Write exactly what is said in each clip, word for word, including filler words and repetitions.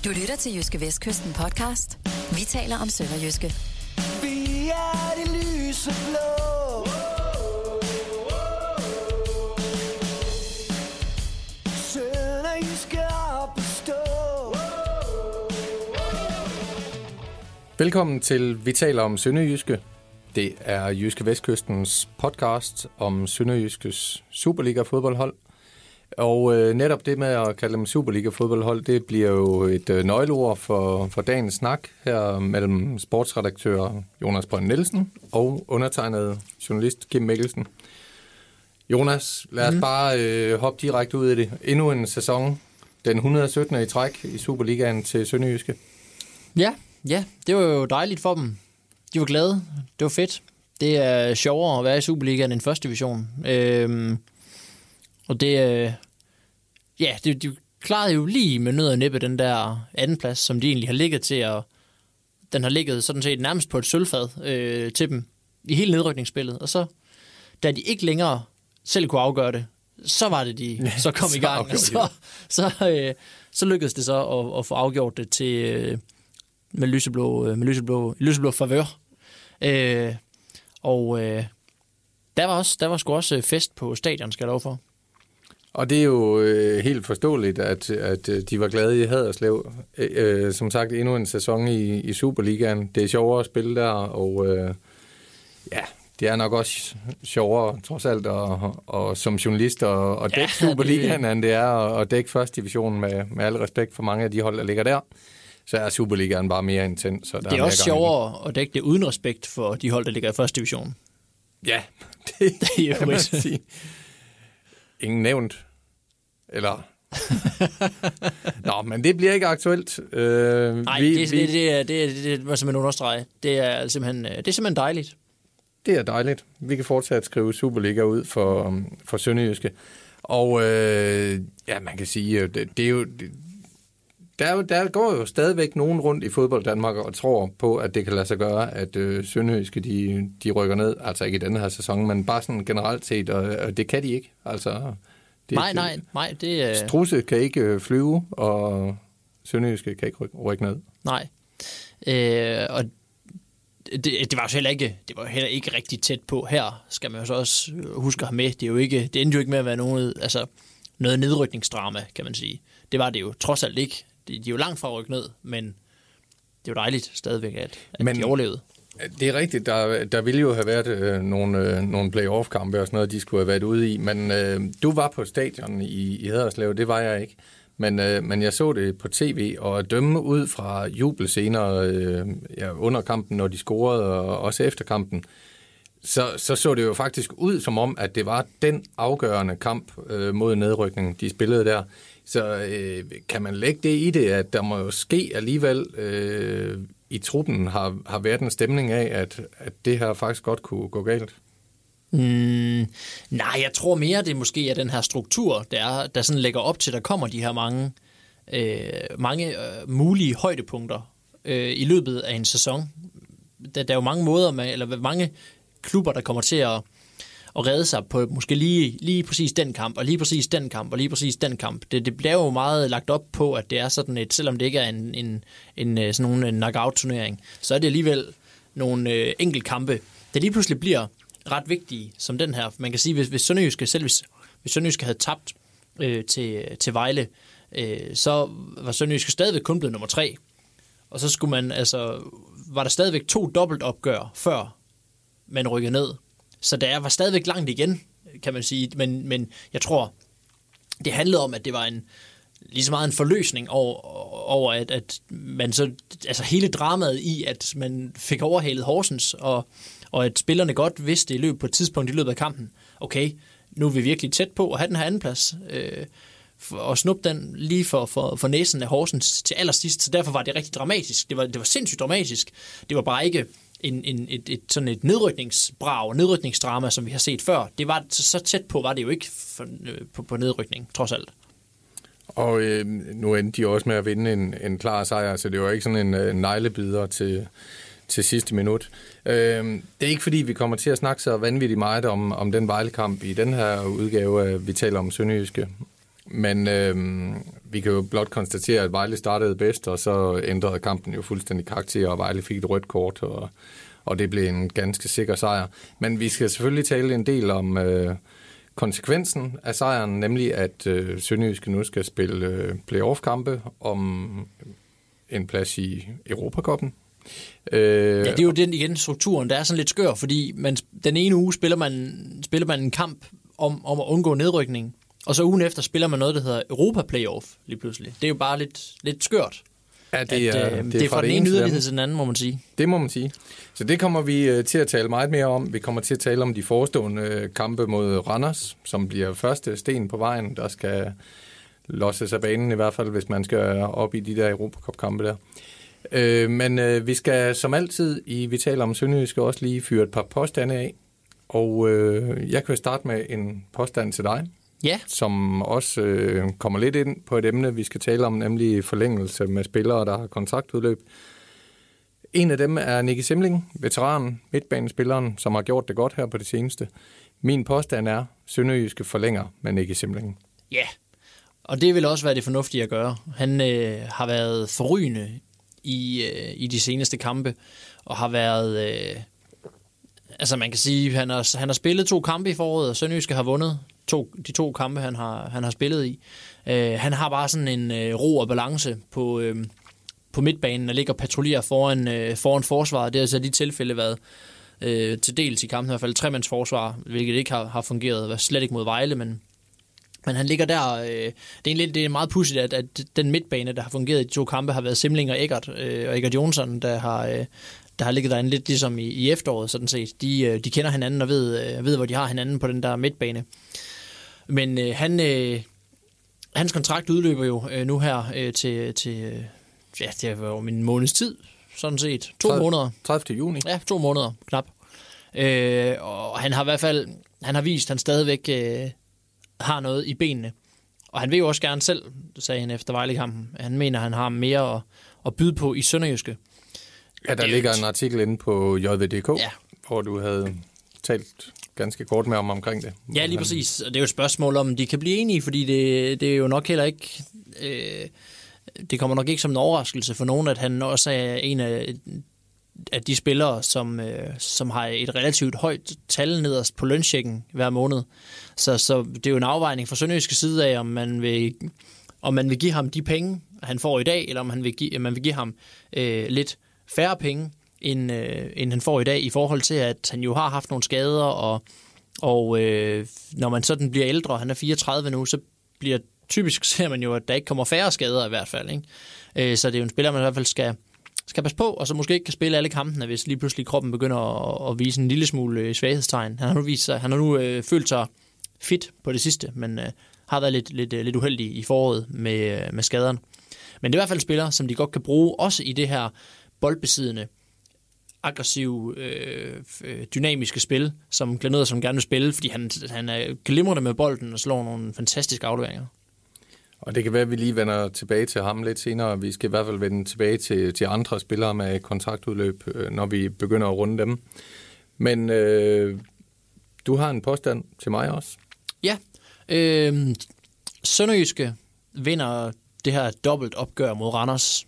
Du lytter til Jyske Vestkysten podcast. Vi taler om sønderjyske. Vi er det lyse blå. Sønderjyske op at stå. Velkommen til Vi taler om sønderjyske. Det er Jyske Vestkystens podcast om sønderjyskes Superliga-fodboldhold. Og øh, netop det med at kalde dem Superliga-fodboldhold, det bliver jo et øh, nøgleord for, for dagens snak her mellem sportsredaktør Jonas Brønd Nielsen og undertegnet journalist Kim Mikkelsen. Jonas, lad os mm. bare øh, hoppe direkte ud i det. Endnu en sæson, den et hundrede og syttende i træk i Superligaen til sønderjyske. Ja, ja, det var jo dejligt for dem. De var glade. Det var fedt. Det er sjovere at være i Superligaen end første division. Øhm, og det, øh, ja, de, de klarede jo lige med nød og næppe den der anden plads, som de egentlig har ligget til, og den har ligget sådan set nærmest på et sølvfad øh, til dem i hele nedrykningsspillet. Og så, da de ikke længere selv kunne afgøre det, så var det, de ja, så kom så i gang. Og så, så, øh, så lykkedes det så at, at få afgjort det til... Øh, med lyseblå, med lyseblå, lyseblå favør. Øh, og øh, der var også, der var sgu også fest på stadion, skal jeg love for. Og det er jo øh, helt forståeligt, at, at de var glade i Haderslev. Øh, som sagt, endnu en sæson i, i Superligaen. Det er sjovere at spille der, og øh, ja, det er nok også sjovere, trods alt, og, og som journalist og, og dække ja, Superligaen, det... end det er at dække første division med, med al respekt for mange af de hold, der ligger der. Så er Superligaen bare mere intens. Så der det er, er også sjovere at dække det uden respekt for de hold, der ligger i første division. Ja, det, det kan man sige. Ingen nævnt. Eller... Nå, men det bliver ikke aktuelt. Øh, Nej, vi, det, vi... det, det, er, det, er, det er simpelthen understrege. Det er simpelthen, det er simpelthen dejligt. Det er dejligt. Vi kan fortsat skrive Superliga ud for, for sønderjyske. Og øh, ja, man kan sige, det, det er jo... Det, Der, der går jo stadigvæk nogen rundt i fodbold Danmark og tror på, at det kan lade sig gøre, at øh, sønderjyske de, de rykker ned. Altså ikke i denne her sæson, men bare sådan generelt set, og, og det kan de ikke. Altså, det, nej, nej, nej. Det, øh... Strusse kan ikke flyve, og sønderjyske kan ikke rykke, rykke ned. Nej. Øh, og det, det var jo heller ikke, det var heller ikke rigtig tæt på her, skal man jo så også huske at have med. Det, er jo ikke, det endte jo ikke med at være noget, altså, noget nedrykningsdrama, kan man sige. Det var det jo trods alt ikke. De, de er jo langt fra at rykke ned, men det er jo dejligt stadigvæk, at, at men, de overlevede. Det er rigtigt. Der, der ville jo have været øh, nogle, øh, nogle play-off-kampe og sådan noget, de skulle have været ude i. Men øh, du var på stadion i, i Haderslev, det var jeg ikke. Men, øh, men jeg så det på tv, og dømme ud fra jubelscener øh, ja, under kampen, når de scorede, og også efter kampen, så, så så det jo faktisk ud som om, at det var den afgørende kamp øh, mod nedrykningen, de spillede der. Så øh, kan man lægge det i det, at der må jo ske alligevel øh, i truppen har, har været en stemning af, at, at det her faktisk godt kunne gå galt? Mm, nej, jeg tror mere, det måske er den her struktur, der, der sådan lægger op til, der kommer de her mange, øh, mange øh, mulige højdepunkter øh, i løbet af en sæson. Der, der er jo mange måder, med, eller mange klubber, der kommer til at og redde sig på måske lige, lige præcis den kamp, og lige præcis den kamp, og lige præcis den kamp. Det, det bliver jo meget lagt op på, at det er sådan et, selvom det ikke er en, en, en sådan nogle knockout-turnering, så er det alligevel nogle øh, enkelte kampe, der lige pludselig bliver ret vigtige, som den her. Man kan sige, hvis, hvis Sønderjyske, selv hvis, hvis Sønderjyske havde tabt øh, til, til Vejle, øh, så var Sønderjyske stadigvæk kun blevet nummer tre. Og så skulle man, altså, var der stadigvæk to dobbeltopgør, før man rykkede ned. Så der var stadigvæk langt igen, kan man sige. Men, men jeg tror, det handlede om, at det var en lige så meget en forløsning over, over at, at man så, altså hele dramaet i, at man fik overhalet Horsens, og, og at spillerne godt vidste i løbet på et tidspunkt i løbet af kampen, okay, nu er vi virkelig tæt på at have den her anden plads, øh, og snuppe den lige for, for, for næsen af Horsens til allersidst. Så derfor var det rigtig dramatisk. Det var, det var sindssygt dramatisk. Det var bare ikke en, en, et, et, sådan et nedrykningsbrag, nedrykningsdrama, som vi har set før. Det var så tæt på, var det jo ikke for, på, på nedrykning, trods alt. Og øh, nu endte de også med at vinde en, en klar sejr, så det var ikke sådan en øh, neglebider til, til sidste minut. Øh, det er ikke fordi, vi kommer til at snakke så vanvittigt meget om, om den Vejle-kamp i den her udgave, vi taler om sønderjyske. Men øh, vi kan jo blot konstatere, at Vejle startede bedst, og så ændrede kampen jo fuldstændig karakter, og Vejle fik et rødt kort, og, og det blev en ganske sikker sejr. Men vi skal selvfølgelig tale en del om øh, konsekvensen af sejren, nemlig at øh, Sønderjyske nu skal spille øh, playoff-kampe om en plads i Europacuppen. Øh, ja, det er jo den igen strukturen, der er sådan lidt skør, fordi man, den ene uge spiller man, spiller man en kamp om, om at undgå nedrykning, og så ugen efter spiller man noget, der hedder Europa Playoff lige pludselig. Det er jo bare lidt, lidt skørt. Ja, det er, at, øh, det det er er fra fra den det ene ene yderlighed til den anden, må man sige. Det må man sige. Så det kommer vi øh, til at tale meget mere om. Vi kommer til at tale om de forestående øh, kampe mod Randers, som bliver første sten på vejen, der skal losses af banen, i hvert fald hvis man skal op i de der Europacup-kampe der. Øh, men øh, vi skal som altid, i vi taler om Sønderjyske, også lige fyre et par påstande af. Og øh, jeg kan starte med en påstand til dig, ja. som også øh, kommer lidt ind på et emne, vi skal tale om, nemlig forlængelse med spillere, der har kontraktudløb. En af dem er Nicky Simling, veteranen, midtbanespilleren, som har gjort det godt her på det seneste. Min påstand er, Sønderjyske forlænger med Nicky Simling. Ja, yeah. Og det vil også være det fornuftige at gøre. Han øh, har været forrygende i, øh, i de seneste kampe, og har været... Øh, altså man kan sige, han har, han har spillet to kampe i foråret, og Sønderjyske har vundet to, de to kampe, han har, han har spillet i. Øh, han har bare sådan en øh, ro og balance på, øh, på midtbanen, og ligger og patruljerer foran, øh, foran forsvaret. Det har altså i de tilfælde været øh, til dels i kampen, i hvert fald tremands forsvar, hvilket ikke har, har fungeret, slet ikke mod Vejle, men Men han ligger der, øh, det er egentlig det er meget pudsigt, at, at den midtbane, der har fungeret i de to kampe, har været Simling og Eggert, øh, og Eggert Jonsson, der har, øh, der har ligget derinde lidt ligesom i, i efteråret, sådan set. De, øh, de kender hinanden og ved, øh, ved, hvor de har hinanden på den der midtbane. Men øh, han, øh, hans kontrakt udløber jo øh, nu her øh, til, til øh, ja, det var jo min måneds tid, sådan set. To tredivte måneder. tredivte juni. Ja, to måneder, knap. Øh, og han har i hvert fald, han har vist, at han stadigvæk... Øh, har noget i benene. Og han vil jo også gerne selv, sagde han efter Vejle-kampen, han mener, at han har mere at, at byde på i Sønderjyske. Ja, der ligger en artikel inde på J V punktum D K, ja. hvor du havde talt ganske kort med om omkring det. Ja, lige præcis. Og det er jo et spørgsmål om, de kan blive enige, fordi det, det er jo nok heller ikke... Øh, det kommer nok ikke som en overraskelse for nogen, at han også er en af... at de spillere, som, øh, som har et relativt højt tal nederst på lønchecken hver måned. Så, så det er jo en afvejning fra Sønderjyske side af, om man vil, om man vil give ham de penge, han får i dag, eller om han vil give, man vil give ham øh, lidt færre penge, end, øh, end han får i dag, i forhold til, at han jo har haft nogle skader, og, og øh, når man sådan bliver ældre, han er fireogtredive nu, så bliver typisk ser man jo, at der ikke kommer færre skader i hvert fald. Ikke? Øh, så det er jo en spiller, man i hvert fald skal skal passe på, og så måske ikke kan spille alle kampene, hvis lige pludselig kroppen begynder at, at vise en lille smule svaghedstegn. Han har nu, vist sig, han har nu øh, følt sig fit på det sidste, men øh, har været lidt, lidt, lidt uheldig i foråret med, med skaderne. Men det er i hvert fald spillere, som de godt kan bruge, også i det her boldbesiddende, aggressive, øh, dynamiske spil, som Glenn som gerne vil spille, fordi han, han er glimrende med bolden og slår nogle fantastiske afleveringer. Og det kan være, at vi lige vender tilbage til ham lidt senere. Vi skal i hvert fald vende tilbage til, til andre spillere med kontraktudløb, når vi begynder at runde dem. Men øh, du har en påstand til mig også. Ja. Øh, Sønderjyske vinder det her dobbelt opgør mod Randers.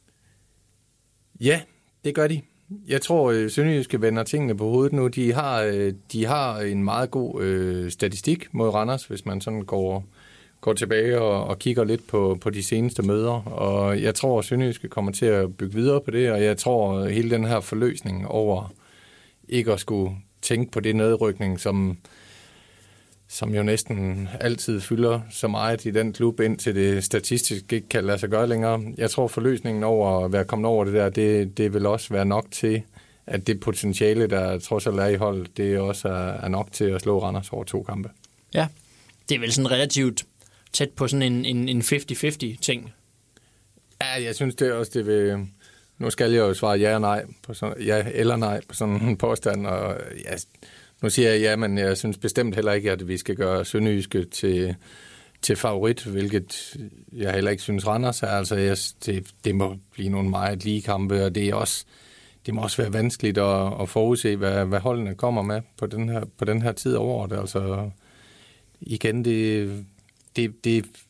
Ja, det gør de. Jeg tror, Sønderjyske vender tingene på hovedet nu. De har, de har en meget god øh, statistik mod Randers, hvis man sådan går... går tilbage og, og kigger lidt på, på de seneste møder, og jeg tror, at Sønderjyske kommer til at bygge videre på det, og jeg tror, at hele den her forløsning over ikke at skulle tænke på det nedrykning, som, som jo næsten altid fylder så meget i den klub, indtil det statistisk ikke kan lade sig gøre længere. Jeg tror, forløsningen over at være kommet over det der, det, det vil også være nok til, at det potentiale, der trods alt er i hold, det også er, er nok til at slå Randers over to kampe. Ja, det er vel sådan relativt tæt på sådan en, en, en halvtreds halvtreds ting. Ja, jeg synes det er også, det vil... Nu skal jeg jo svare ja og nej på sådan, ja eller nej på sådan en påstand, og ja, nu siger jeg ja, men jeg synes bestemt heller ikke, at vi skal gøre Sønderjyske til, til favorit, hvilket jeg heller ikke synes Randers er. Altså, jeg, det, det må blive nogle meget lige kampe, og det er også, det må også være vanskeligt at, at forudse, hvad, hvad holdene kommer med på den her, på den her tid af året. Altså, igen, det... Det, det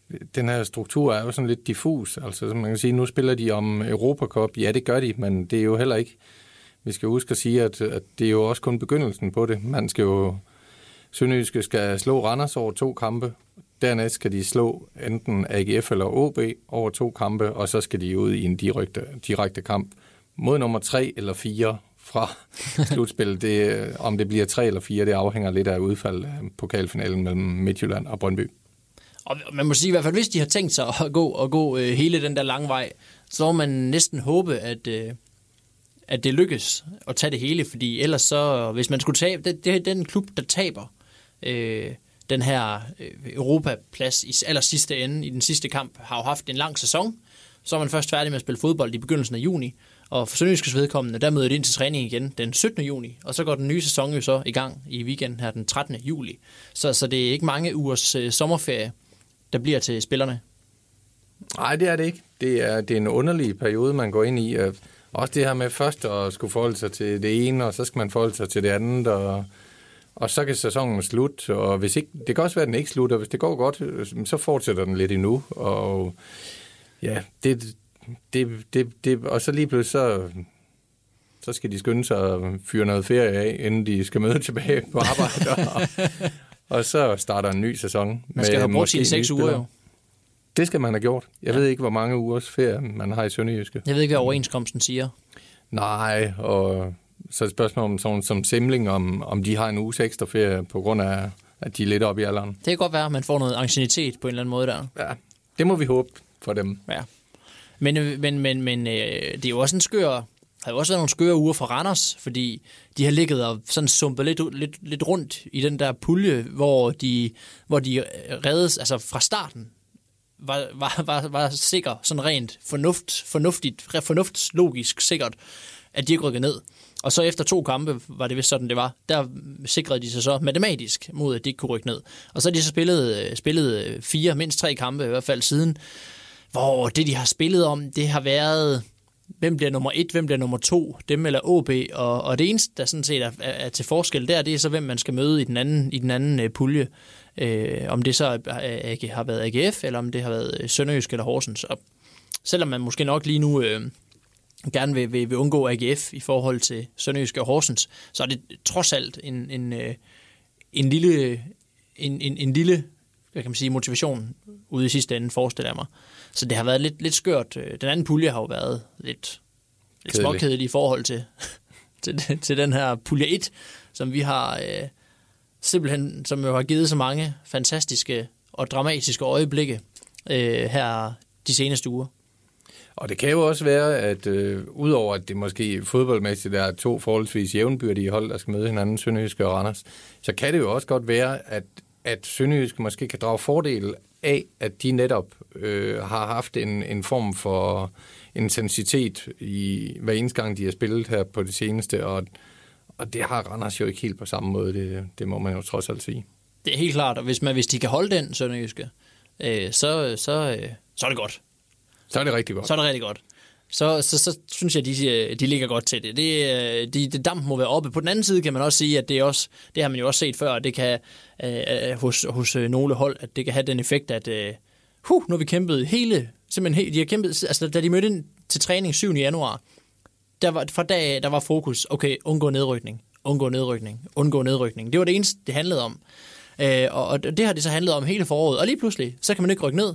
den her struktur er jo sådan lidt diffus. Altså, man kan sige, nu spiller de om Europacup. Ja, det gør de, men det er jo heller ikke... Vi skal huske at sige, at, at det er jo også kun begyndelsen på det. Man skal jo... Sønderjyske skal slå Randers over to kampe. Dernæst skal de slå enten A G F eller O B over to kampe, og så skal de ud i en direkte, direkte kamp mod nummer tre eller fire fra slutspillet. Det, om det bliver tre eller fire, det afhænger lidt af udfald af pokalfinalen mellem Midtjylland og Brøndby. Og man må sige i hvert fald, hvis de har tænkt sig at gå, og gå øh, hele den der lange vej, så må man næsten håbe, at, øh, at det lykkes at tage det hele, fordi ellers så, hvis man skulle tabe, det, det er den klub, der taber øh, den her øh, Europaplads i aller sidste ende, i den sidste kamp, har jo haft en lang sæson, så er man først færdig med at spille fodbold i begyndelsen af juni, og for Sønderjyskes vedkommende, der møder de ind til træning igen den syttende juni, og så går den nye sæson jo så i gang i weekenden her den trettende juli. Så, så det er ikke mange ugers øh, sommerferie, der bliver til spillerne. Nej, det er det ikke. Det er, det er en underlig periode, man går ind i. Også det her med først at skulle forholde sig til det ene, og så skal man forholde sig til det andet, og, og så kan sæsonen slutte. Og hvis ikke, det kan også være, at den ikke slutter. Hvis det går godt, så fortsætter den lidt endnu. Og ja, det, det, det, det og så lige pludselig så... så skal de skynde sig at fyre noget ferie af, inden de skal møde tilbage på arbejde. og, og så starter en ny sæson. Man skal have brugt sine seks uger jo. Det skal man have gjort. Jeg ja. ved ikke, hvor mange ugers ferie man har i Sønderjyske. Jeg ved ikke, hvad overenskomsten siger. Nej, og så er det spørgsmål om sådan som Simling, om, om de har en uges ekstra ferie, på grund af, at de er lidt oppe i alderen. Det kan godt være, at man får noget anciennitet på en eller anden måde der. Ja, det må vi håbe for dem. Ja. Men, men, men, men øh, det er jo også en skør... har jo også været nogle skøre uger for Randers, fordi de har ligget og sådan sumpet lidt, lidt, lidt rundt i den der pulje, hvor de, hvor de reddes, altså fra starten, var, var, var, var sikker, sådan rent fornuft, fornuftigt, fornuftslogisk sikkert, at de ikke rykkede ned. Og så efter to kampe, var det vist sådan, det var, der sikrede de sig så matematisk mod, at de ikke kunne rykke ned. Og så har de så spillet, spillet fire, mindst tre kampe i hvert fald siden, hvor det, de har spillet om, det har været... hvem bliver nummer et, hvem bliver nummer to, dem eller O B, og, og det eneste, der sådan set er, er til forskel der, det er så, hvem man skal møde i den anden, i den anden uh, pulje. Uh, om det så er, har været A G F, eller om det har været Sønderjysk eller Horsens. Og selvom man måske nok lige nu uh, gerne vil, vil, vil undgå A G F i forhold til Sønderjysk og Horsens, så er det trods alt en, en, uh, en lille, en, en, en lille hvad kan man sige, motivation ude i sidste ende, forestiller jeg mig. Så det har været lidt, lidt skørt. Den anden pulje har jo været lidt, lidt småkedelig i forhold til, til, til den her pulje et, som vi har øh, simpelthen, som jo har givet så mange fantastiske og dramatiske øjeblikke øh, her de seneste uger. Og det kan jo også være, at øh, udover at det måske fodboldmæssigt er to forholdsvis jævnbyrdige hold, der skal møde hinanden, Sønderjyske og Randers, så kan det jo også godt være, at at Sønderjyske måske kan drage fordel af, at de netop øh, har haft en, en form for intensitet i hver eneste gang, de har spillet her på det seneste, og, og det har Randers jo ikke helt på samme måde, det, det må man jo trods alt sige. Det er helt klart, og hvis, man, hvis de kan holde den Sønderjyske, øh, så, så, øh, så er det godt. Så er det rigtig godt. Så er det rigtig godt. Så, så, så synes jeg, de, de ligger godt til det. Det, de, det damp må være oppe. På den anden side kan man også sige, at det, er også, det har man jo også set før, at det kan øh, hos, hos nogle hold, at det kan have den effekt, at øh, huh, nu har vi kæmpet hele, simpelthen he, de har kæmpet, altså da de mødte ind til træning syvende januar, der var, fra dag af, der var fokus, okay, undgå nedrykning, undgå nedrykning, undgå nedrykning. Det var det eneste, det handlede om. Øh, og, og det har det så handlet om hele foråret, og lige pludselig, så kan man ikke rykke ned.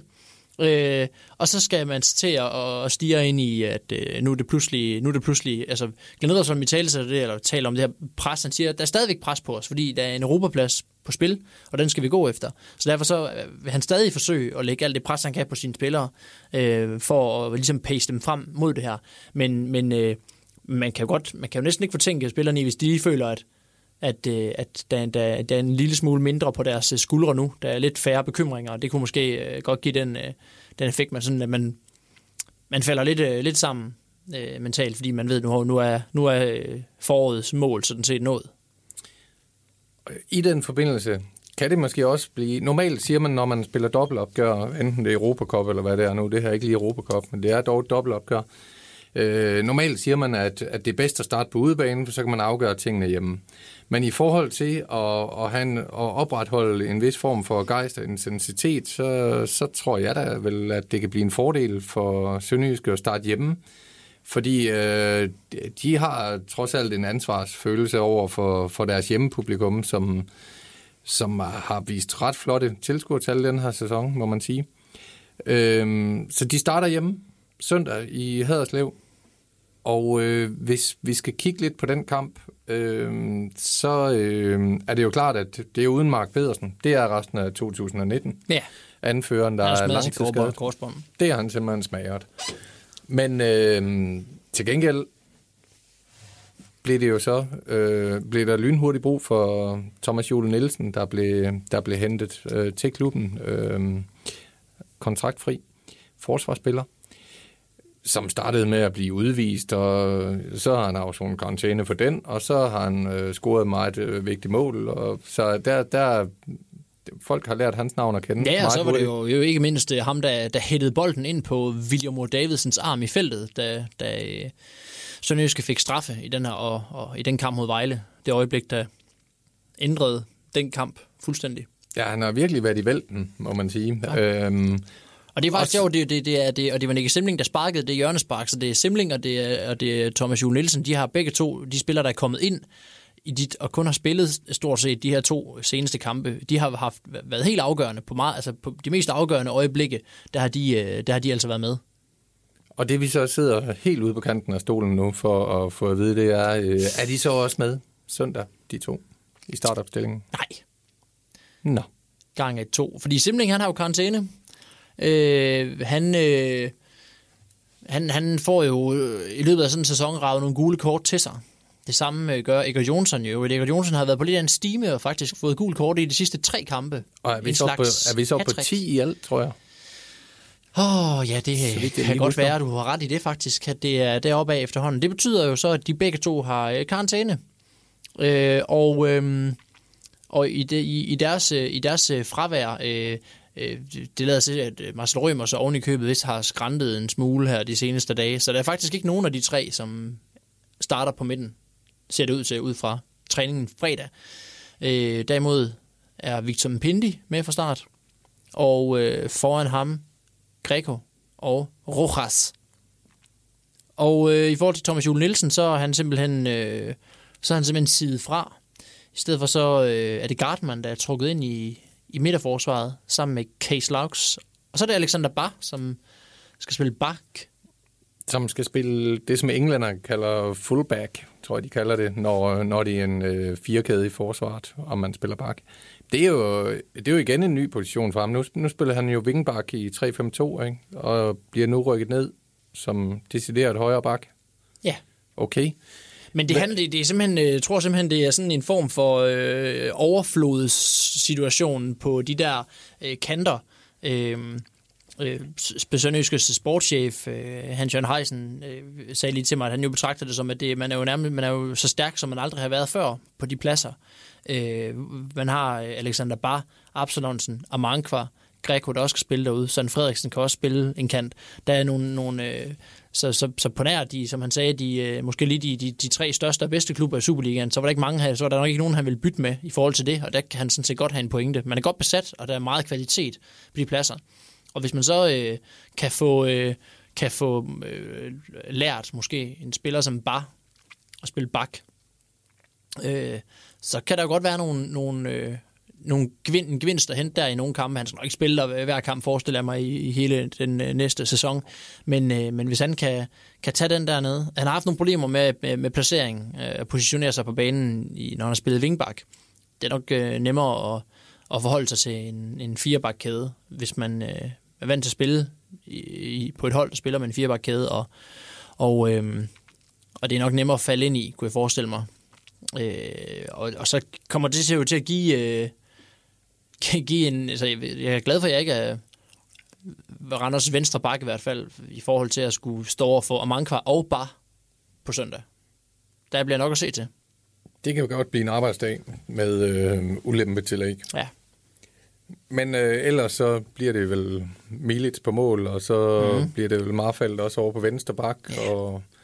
Øh, og så skal man til at, at stige ind i, at øh, nu er det pludselig, nu er det pludselig, altså Glenn Ederson, vi taler det, eller taler om det her pres, han siger, at der er stadigvæk pres på os, fordi der er en Europaplads på spil, og den skal vi gå efter. Så derfor så vil han stadig forsøge at lægge alt det pres, han kan på sine spillere, øh, for at ligesom pace dem frem mod det her. Men, men øh, man kan jo godt, man kan jo næsten ikke fortænke spillerne i, hvis de lige føler, at at, at der, der, der er en lille smule mindre på deres skuldre nu. Der er lidt færre bekymringer, og det kunne måske godt give den, den effekt, man sådan, at man, man falder lidt, lidt sammen øh, mentalt, fordi man ved, nu, nu er, nu er forårets mål sådan set nået. I den forbindelse kan det måske også blive... Normalt siger man, når man spiller dobbeltopgør, enten det er Europacup eller hvad det er nu, det her er ikke lige Europacup, men det er dog et dobbeltopgør, Øh, normalt siger man, at, at det er bedst at starte på udebane, for så kan man afgøre tingene hjemme. Men i forhold til at, at, have en, at opretholde en vis form for gejst og intensitet, så, så tror jeg da vel, at det kan blive en fordel for Sønderjyske at starte hjemme. Fordi øh, de har trods alt en ansvarsfølelse over for, for deres hjemmepublikum, som, som har vist ret flotte tilskuertal den her sæson, må man sige. Øh, så de starter hjemme søndag i Haderslev. Og øh, hvis vi skal kigge lidt på den kamp, øh, så øh, er det jo klart, at det er uden Mark Pedersen. Det er resten af to tusind nitten. Ja. Anføreren, der er langtidsskadet. Det har han simpelthen smagret. Men øh, til gengæld blev det jo så øh, blev der lynhurtigt brug for Thomas Juel Nielsen, der blev, der blev hentet øh, til klubben. Øh, kontraktfri forsvarsspiller, som startede med at blive udvist, og så har han afsonet karantæne for den, og så har han øh, scoret meget øh, vigtigt mål, og så der, der folk har lært hans navn at kende. Ja, og så var det jo, jo ikke mindst ham, der, der hættede bolden ind på William O. Davidsens arm i feltet, da, da øh, Sønderjyske fik straffe i den her, og, og i den kamp mod Vejle. Det øjeblik, der ændrede den kamp fuldstændig. Ja, han har virkelig været i vælten, må man sige. Ja. Øhm, Og det er faktisk sjovt, det, det, det er, det, og det var Nikke Simling, der sparkede det hjørnespark, så det er Simling, og det er, og det er Thomas Juel Nielsen. De har begge to, de spillere, der er kommet ind i dit, og kun har spillet stort set de her to seneste kampe, de har haft, været helt afgørende på, meget, altså på de mest afgørende øjeblikke, der har, de, der har de altså været med. Og det vi så sidder helt ude på kanten af stolen nu for at få at vide, det er, er de så også med søndag, de to, i startopstillingen? Nej. Nå. Gang et to. Fordi Simling, han har jo karantæne. Øh, han, øh, han, han får jo øh, i løbet af sådan en sæson ravet nogle gule kort til sig. Det samme øh, gør Egger Jonsson jo. Egger Jonsson har været på lidt af en stime og faktisk fået gule kort i de sidste tre kampe. Og er vi, så på, er vi så på ti i alt, tror jeg? Åh, oh, ja, det, det kan godt være, at du har ret i det faktisk, at det er deroppe af efterhånden. Det betyder jo så, at de begge to har øh, karantæne. Øh, og øh, og i, de, i, i deres, i deres fravær... Øh, det lader sig, at Marcel Rømer så oven i købet vist har skræntet en smule her de seneste dage. Så der er faktisk ikke nogen af de tre, som starter på midten, ser det ud til, ud fra træningen fredag. Øh, derimod er Victor Mpindi med fra start. Og øh, foran ham, Greco og Rojas. Og øh, i forhold til Thomas Juel Nielsen, så er han simpelthen, øh, så er han simpelthen sidet fra. I stedet for så øh, er det Gartman, der er trukket ind i i midterforsvaret, sammen med Case Laux. Og så er det Alexander Bach, som skal spille back. Som skal spille det, som englænder kalder fullback, tror jeg, de kalder det, når, når det er en øh, firekæde i forsvaret, om man spiller back. Det er jo, det er jo igen en ny position for ham. Nu, nu spiller han jo wingback i tre fem to, ikke? Og bliver nu rykket ned som decideret højre back. Ja. Okay. Men det, handler, det, det er simpelthen, jeg tror simpelthen, det er sådan en form for øh, overflodssituation på de der øh, kanter. Øh, øh, Sønderjyskes sportschef, øh, Hans-Jørgen Heisen, øh, sagde lige til mig, at han jo betragter det som, at det, man, er jo nærmest, man er jo så stærk, som man aldrig har været før på de pladser. Øh, man har Alexander Bach, Absalonsen, Amankwa, Greco, der også skal spille derude. Søren Frederiksen kan også spille en kant. Der er nogle... nogle øh, Så, så, så på nær de, som han sagde, de, måske lige de, de, de tre største og bedste klubber i Superligaen, så var der ikke mange her, så var der nok ikke nogen, han ville bytte med i forhold til det, og der kan han sådan set godt have en pointe. Man er godt besat, og der er meget kvalitet på de pladser. Og hvis man så øh, kan få, øh, kan få øh, lært måske en spiller som Bar at spille bak, øh, så kan der jo godt være nogle... nogle øh, nogle gevin, en gevinst at hente der i nogle kampe. Han skal nok ikke spille der hver kamp, forestiller jeg mig, i, i hele den øh, næste sæson. Men, øh, men hvis han kan, kan tage den dernede. Han har haft nogle problemer med, med, med placering, øh, at positionere sig på banen, i, når han har spillet wingback. Det er nok øh, nemmere at, at forholde sig til en, en fireback-kæde, hvis man øh, er vant til at spille i, i, på et hold, der spiller med en fireback-kæde, og, og, øh, og det er nok nemmere at falde ind i, kunne jeg forestille mig. Øh, og, og så kommer det jo til at give... Øh, kan give en, altså jeg er glad for, at jeg ikke er Randers venstre bakke i hvert fald, i forhold til at skulle stå over for Amankwa og Bar på søndag. Der bliver nok at se til. Det kan jo godt blive en arbejdsdag med øh, ulempe tillæg. Ja. Men øh, ellers så bliver det vel Milic på mål, og så mm. bliver det vel Marfeldt også over på venstre bak, ja. og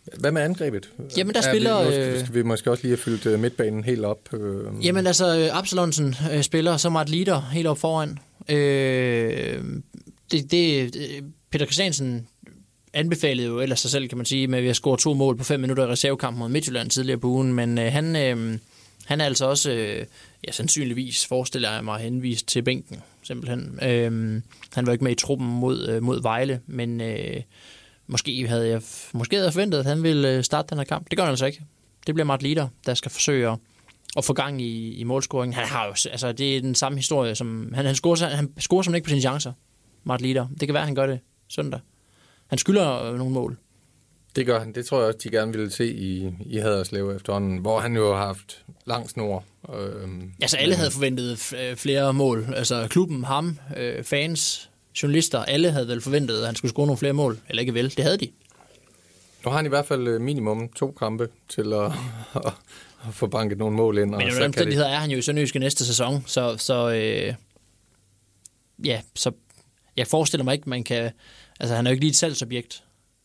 Hvad med angrebet? Jamen, der spiller... Vi, nu skal vi måske også lige have fyldt midtbanen helt op. Øh. Jamen, altså, Absalonsen øh, spiller som et leader helt op foran. Øh, det, det, Peter Christiansen anbefalede jo ellers sig selv, kan man sige, med at vi har scoret to mål på fem minutter i reservekampen mod Midtjylland tidligere på ugen, men øh, han, øh, han er altså også, øh, ja, sandsynligvis forestiller jeg mig, henvist til bænken, simpelthen. Øh, han var ikke med i truppen mod, øh, mod Vejle, men øh, måske, havde jeg, måske havde jeg forventet, at han ville starte den her kamp. Det gør han altså ikke. Det bliver Mart Lider, der skal forsøge at, at få gang i, i målscoringen. Han har jo, altså, det er den samme historie, som han, han scorer, han scorer som ikke på sine chancer, Mart Lider. Det kan være, at han gør det søndag. Han skylder nogle mål. Det gør han. Det tror jeg også, de gerne ville se i, i Haderslev efterhånden, hvor han jo har haft lang snor. Øhm, altså alle havde forventet flere mål. Altså klubben, ham, øh, fans, journalister, alle havde vel forventet, at han skulle score nogle flere mål. Eller ikke vel, det havde de. Nu har han i hvert fald minimum to kampe til at, at, at få banket nogle mål ind. Men i den omstændighed er han jo i Sønderjyske næste sæson, så, så øh, ja, så jeg forestiller mig ikke, man kan... Altså, han er jo ikke lige et salgsobjekt.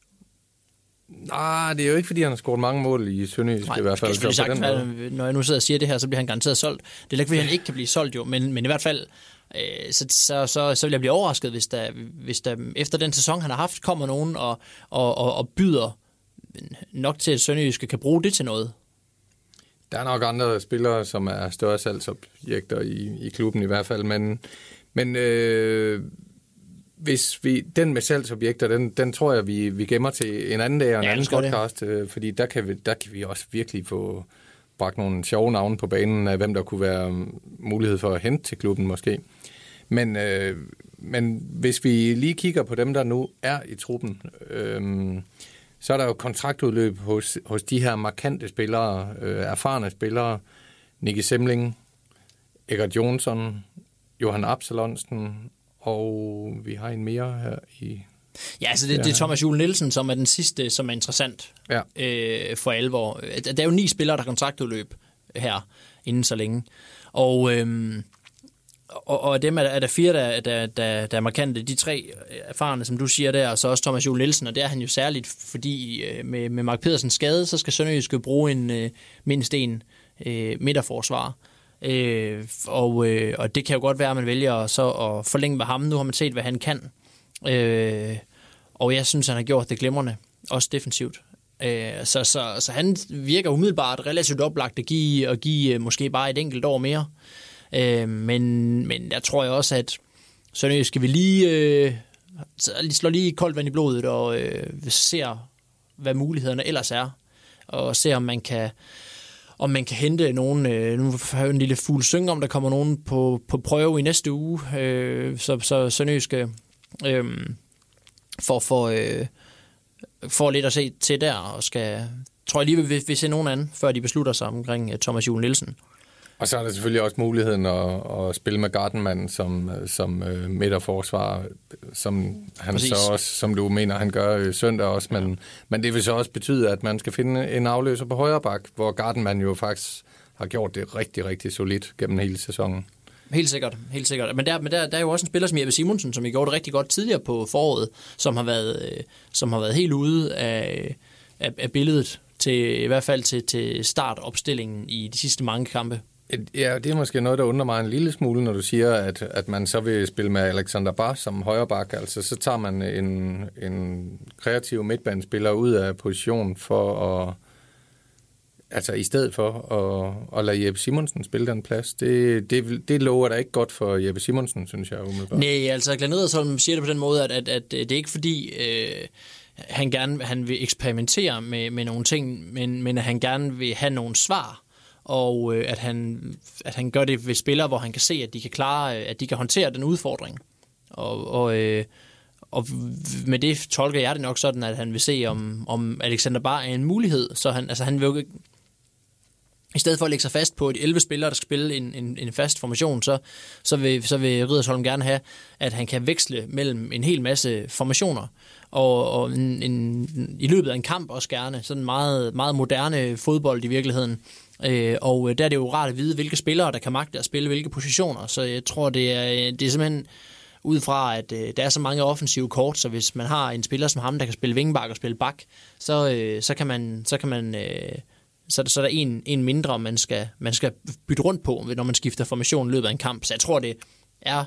Nej, det er jo ikke, fordi han har scoret mange mål i Sønderjysk i hvert fald. Nej, det sagt, når jeg nu sidder og siger det her, så bliver han garanteret solgt. Det er ikke, fordi han ikke kan blive solgt jo, men, men i hvert fald, øh, så, så, så, så vil jeg blive overrasket, hvis der, hvis der efter den sæson, han har haft, kommer nogen og, og, og, og byder nok til, at Sønderjysk kan bruge det til noget. Der er nok andre spillere, som er større salgsobjekter i, i klubben i hvert fald, men, men øh, hvis vi, den med salgsobjekter, den, den tror jeg, vi, vi gemmer til en anden dag og en ja, anden podcast, øh, fordi der kan, vi, der kan vi også virkelig få bragt nogle sjove navne på banen af, hvem der kunne være mulighed for at hente til klubben måske. Men, øh, men hvis vi lige kigger på dem, der nu er i truppen, øh, så er der jo kontraktudløb hos, hos de her markante spillere, øh, erfarne spillere, Nicky Semling, Egert Jonsson, Johan Absalonsen, og vi har en mere her i... Ja, altså det, det er Thomas Juhl Nielsen, som er den sidste, som er interessant ja. øh, for alvor. Der er jo ni spillere, der har kontraktudløb her inden så længe. Og, øhm, og, og dem er der, er der fire, der, der, der, der er markante. De tre erfarne, som du siger der, og så også Thomas Juhl Nielsen, og det er han jo særligt, fordi øh, med, med Mark Pedersens skade, så skal Sønderjyske bruge en øh, mindst en øh, midterforsvar. Øh, og, øh, og det kan jo godt være, at man vælger så at forlænge med ham. Nu har man set, hvad han kan. Øh, og jeg synes, han har gjort det glimrende. Også defensivt. Øh, så, så, så han virker umiddelbart relativt oplagt at give, at give måske bare et enkelt år mere. Øh, men, men jeg tror jeg også, at Sønderjysk skal vi lige, øh, slå lige koldt vand i blodet og øh, ser, hvad mulighederne ellers er. Og se, om man kan... om man kan hente nogen, øh, nu har jeg en lille fugl synge om, der kommer nogen på, på prøve i næste uge, øh, så, så Sønderjyske øh, får, for, øh, får lidt at se til der, og skal, tror jeg lige vil, vil se nogen anden, før de beslutter sig omkring uh, Thomas Juhl Nielsen. Og så er der selvfølgelig også muligheden at, at spille med Gardenman som, som uh, midterforsvar, som han Præcis. så også, som du mener, han gør søndag også, men, ja. men det vil så også betyde, at man skal finde en afløser på højre bak, hvor Gardenman jo faktisk har gjort det rigtig, rigtig solidt gennem hele sæsonen. Helt sikkert, helt sikkert. Men der, men der, der er jo også en spiller som Jeppe Simonsen, som I gjorde det rigtig godt tidligere på foråret, som har været, som har været helt ude af, af, af billedet, til, i hvert fald til, til startopstillingen i de sidste mange kampe. Ja, det er måske noget, der undrer mig en lille smule, når du siger, at, at man så vil spille med Alexander Bar som højreback. Altså, så tager man en, en kreativ midtbanespiller ud af position for at... Altså, i stedet for at, at lade Jeppe Simonsen spille den plads. Det, det, det lover da ikke godt for Jeppe Simonsen, synes jeg umiddelbart. Nej, altså, Glenn Edersholm siger det på den måde, at, at, at det er ikke fordi... Øh han gerne han vil eksperimentere med, med nogle ting, men, men at han gerne vil have nogle svar, og øh, at, han, at han gør det ved spillere, hvor han kan se, at de kan klare, at de kan håndtere den udfordring. Og, og, øh, og med det tolker jeg det nok sådan, at han vil se, om, om Alexander Bar er en mulighed. Så han, altså han vil jo, i stedet for at lægge sig fast på et elleve spillere, der skal spille en, en, en fast formation, så, så, vil, så vil Riddersholm gerne have, at han kan veksle mellem en hel masse formationer, og, og en, en, i løbet af en kamp også gerne. Sådan meget, meget moderne fodbold i virkeligheden. Øh, og der er det jo rart at vide, hvilke spillere, der kan magte at spille hvilke positioner. Så jeg tror, det er, det er simpelthen ud fra, at øh, der er så mange offensive kort, så hvis man har en spiller som ham, der kan spille vingbak og spille bak, så, øh, så kan man, så kan man øh, så, så er der en, en mindre, man skal, man skal bytte rundt på, når man skifter formation i løbet af en kamp. Så jeg tror, det er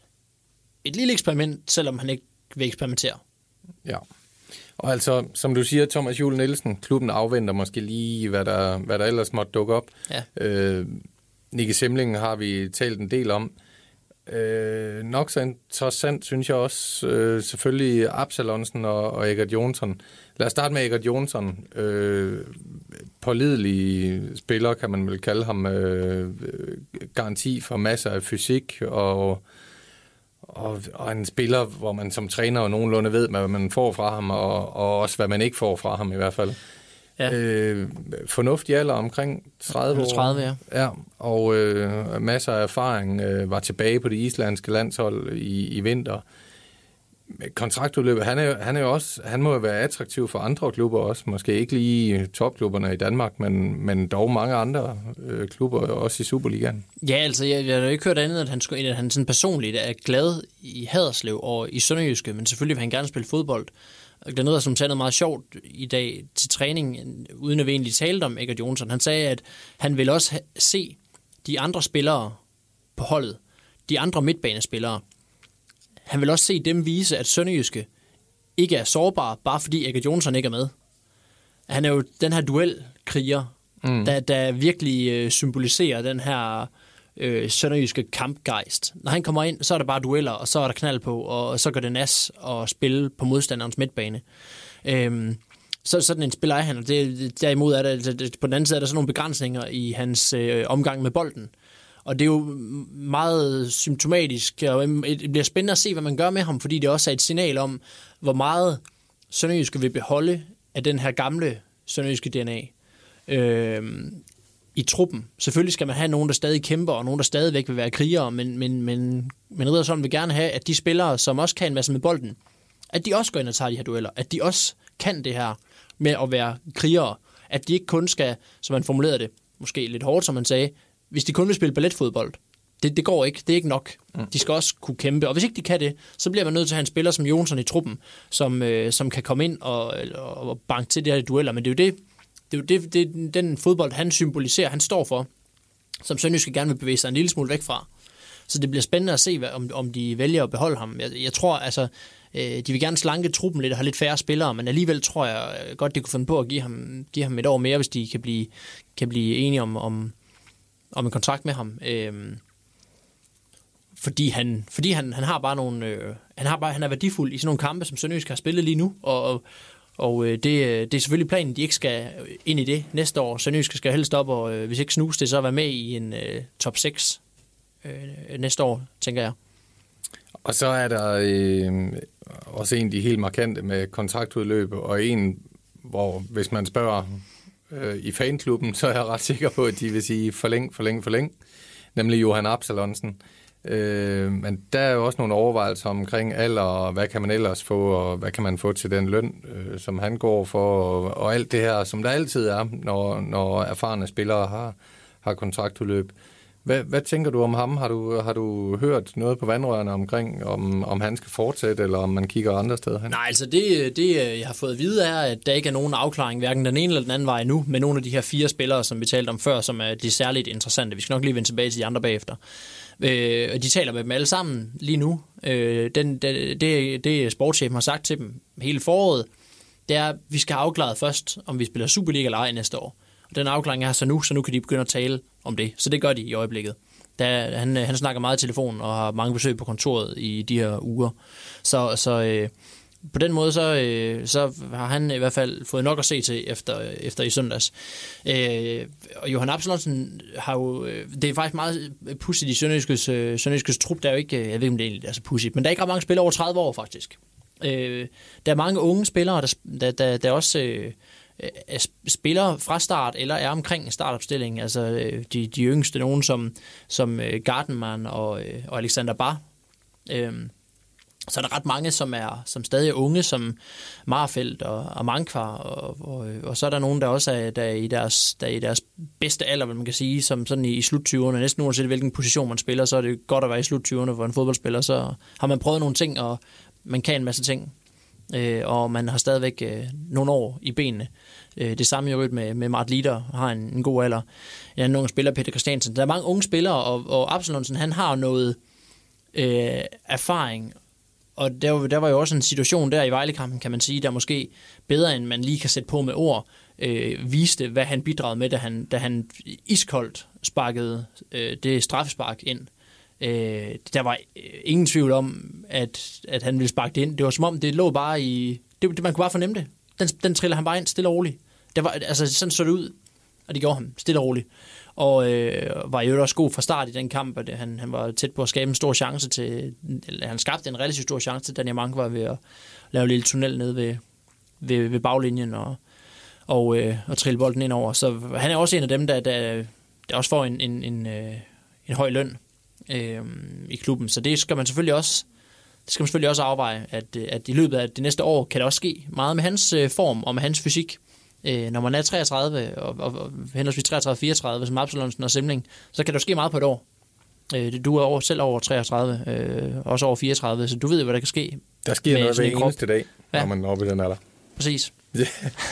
et lille eksperiment, selvom han ikke vil eksperimentere. Ja. Og altså, som du siger, Thomas Juhl Nielsen, klubben afventer måske lige, hvad der, hvad der ellers måtte dukke op. Ja. Øh, Nicky Simling har vi talt en del om. Øh, nok så interessant, synes jeg også, øh, selvfølgelig Absalonsen og, og Egert Jonsson. Lad os starte med Egert Jonsson. Øh, pålidelig spiller, kan man vel kalde ham. Øh, garanti for masser af fysik, og, og, og en spiller, hvor man som træner jo nogenlunde ved, hvad man får fra ham, og, og også hvad man ikke får fra ham i hvert fald. Ja. Øh, fornuftig alder, omkring tredive år. tredive, ja. Ja, og øh, masser af erfaring, øh, var tilbage på det islandske landshold i, i vinter. Kontraktudløbet, han er, han er jo også, han må jo være attraktiv for andre klubber også, måske ikke lige topklubberne i Danmark, men, men dog mange andre øh, klubber, også i Superligaen. Ja, altså, jeg, jeg har jo ikke hørt andet, at han, at han sådan personligt er glad i Haderslev og i Sønderjyske, men selvfølgelig vil han gerne spille fodbold. Der er noget, som sagde noget meget sjovt i dag til træning, uden at vi egentlig talte om Egert Jonsson. Han sagde, at han vil også se de andre spillere på holdet, de andre midtbanespillere. Han vil også se dem vise, at Sønderjyske ikke er sårbare, bare fordi Egert Jonsson ikke er med. Han er jo den her duelkriger, mm. der, der virkelig øh, symboliserer den her øh, sønderjyske kampgejst. Når han kommer ind, så er der bare dueller, og så er der knald på, og så går det nas at spille på modstanderens midtbane. Øhm, så sådan en spiller er han, og det, derimod er der, på den anden side er der sådan nogle begrænsninger i hans øh, omgang med bolden. Og det er jo meget symptomatisk, og det bliver spændende at se, hvad man gør med ham, fordi det også er et signal om, hvor meget Sønderjyske vil beholde af den her gamle sønderjyske D N A øh, i truppen. Selvfølgelig skal man have nogen, der stadig kæmper, og nogen, der stadigvæk vil være krigere, men, men, men, men Riddersholm vil gerne have, at de spillere, som også kan en masse med bolden, at de også går ind og tager de her dueller, at de også kan det her med at være krigere, at de ikke kun skal, som man formulerede det, måske lidt hårdt, som man sagde, hvis de kun vil spille balletfodbold, det, det går ikke, det er ikke nok. De skal også kunne kæmpe, og hvis ikke de kan det, så bliver man nødt til at have en spiller som Jonsson i truppen, som, øh, som kan komme ind og, og banke til de her dueller, men det er jo det, det er jo det, det, den fodbold, han symboliserer, han står for, som Sønderjyske gerne vil bevæge sig en lille smule væk fra. Så det bliver spændende at se, hvad, om, om de vælger at beholde ham. Jeg, jeg tror, altså, øh, de vil gerne slanke truppen lidt og have lidt færre spillere, men alligevel tror jeg godt, de kunne finde på at give ham, give ham et år mere, hvis de kan blive, kan blive enige om, om, om en kontrakt med ham. Øh, fordi han, fordi han, han har bare nogle, øh, han har bare, han er værdifuld i sådan nogle kampe, som Sønderjyske har spillet lige nu, og, og Og det, det er selvfølgelig planen, de ikke skal ind i det næste år. Sønderjyske skal helst op, og hvis ikke snuse det, så være med i en uh, top seks uh, næste år, tænker jeg. Og så er der øh, også en af de helt markante med kontraktudløb, og en, hvor hvis man spørger øh, i fanklubben, så er jeg ret sikker på, at de vil sige forlæng, forlæng, forlæng, nemlig Johan Absalonsen. Øh, men der er jo også nogle overvejelser omkring alder, og hvad kan man ellers få, og hvad kan man få til den løn, øh, som han går for, og, og alt det her, som der altid er, når, når erfarne spillere har, har kontraktudløb. Hvad, hvad tænker du om ham? Har du, har du hørt noget på vandrørene omkring, om, om han skal fortsætte, eller om man kigger andre steder hen? Nej, altså det, det, jeg har fået at vide, er, at der ikke er nogen afklaring, hverken den ene eller den anden vej nu, med nogle af de her fire spillere, som vi talte om før, som er de særligt interessante. Vi skal nok lige vende tilbage til de andre bagefter. Øh, og de taler med dem alle sammen lige nu. Øh, den, det, det, det sportschefen har sagt til dem hele foråret, det er, at vi skal have afklaret først, om vi spiller Superliga eller ej næste år. Og den afklaring er så nu, så nu kan de begynde at tale om det. Så det gør de i øjeblikket. Der, han, han snakker meget i telefon og har mange besøg på kontoret i de her uger. Så, så øh, på den måde, så, øh, så har han i hvert fald fået nok at se til efter, efter i søndags. Øh, og Johan Absalonsen har jo, øh, det er faktisk meget pudsigt i Sønderjyskes, øh, Sønderjyskes trup, der er jo ikke, jeg ved ikke, om det egentlig er så pudsigt, men der er ikke ret mange spillere over tredive år faktisk. Øh, der er mange unge spillere, der, der, der, der også øh, spiller fra start, eller er omkring en startopstilling, altså de, de yngste, nogen som, som Gartenmann og, og Alexander Bar. Øh, så er der ret mange, som er som stadig er unge, som Marfeldt og, og Mankvar, og, og, og så er der nogen, der også er, der er i deres, der er i deres bedste alder, hvad man kan sige, som sådan i, i slut-tyverne. Næsten uanset hvilken position man spiller, så er det godt at være i slut-tyverne, hvor en fodboldspiller, så har man prøvet nogle ting, og man kan en masse ting, øh, og man har stadigvæk øh, nogle år i benene. Øh, det samme i øvrigt med, med Mart Lider, har en, en god alder. Ja, en ung spiller, Peter Christiansen. Der er mange unge spillere, og, og Absalonsen, han har noget øh, erfaring. Og der, der var jo også en situation der i Vejle-kampen, kan man sige, der måske bedre, end man lige kan sætte på med ord, øh, viste, hvad han bidragede med, da han, da han iskoldt sparkede øh, det straffespark ind. Øh, der var ingen tvivl om, at, at han ville sparke det ind. Det var som om, det lå bare i... Det, det, man kunne bare fornemme det. Den, den triller han bare ind stille og roligt. Det var, altså, sådan så det ud, og det gjorde han stille og roligt. Og øh, var jo også god fra start i den kamp, og det, han, han var tæt på at skabe en stor chance til, eller han skabte en relativt stor chance til Daniel Mank var ved at lave en lille tunnel ned ved, ved, ved baglinjen og, og, øh, og trille bolden ind over. Så han er også en af dem, der, der, der også får en, en, en, en høj løn øh, i klubben. Så det skal man selvfølgelig også, det skal man selvfølgelig også afveje, at, at i løbet af det næste år kan der også ske meget med hans øh, form og med hans fysik. Øh, når man er treogtredive og, og, og henholdsvis treogtredive fireogtredive som Absalonsen og Simling, så kan der ske meget på et år. Øh, du er over, selv over treogtredive, øh, også over fireogtredive, så du ved, hvad der kan ske. Der sker noget hver eneste dag, ja. Når man er oppe i den alder. Præcis. men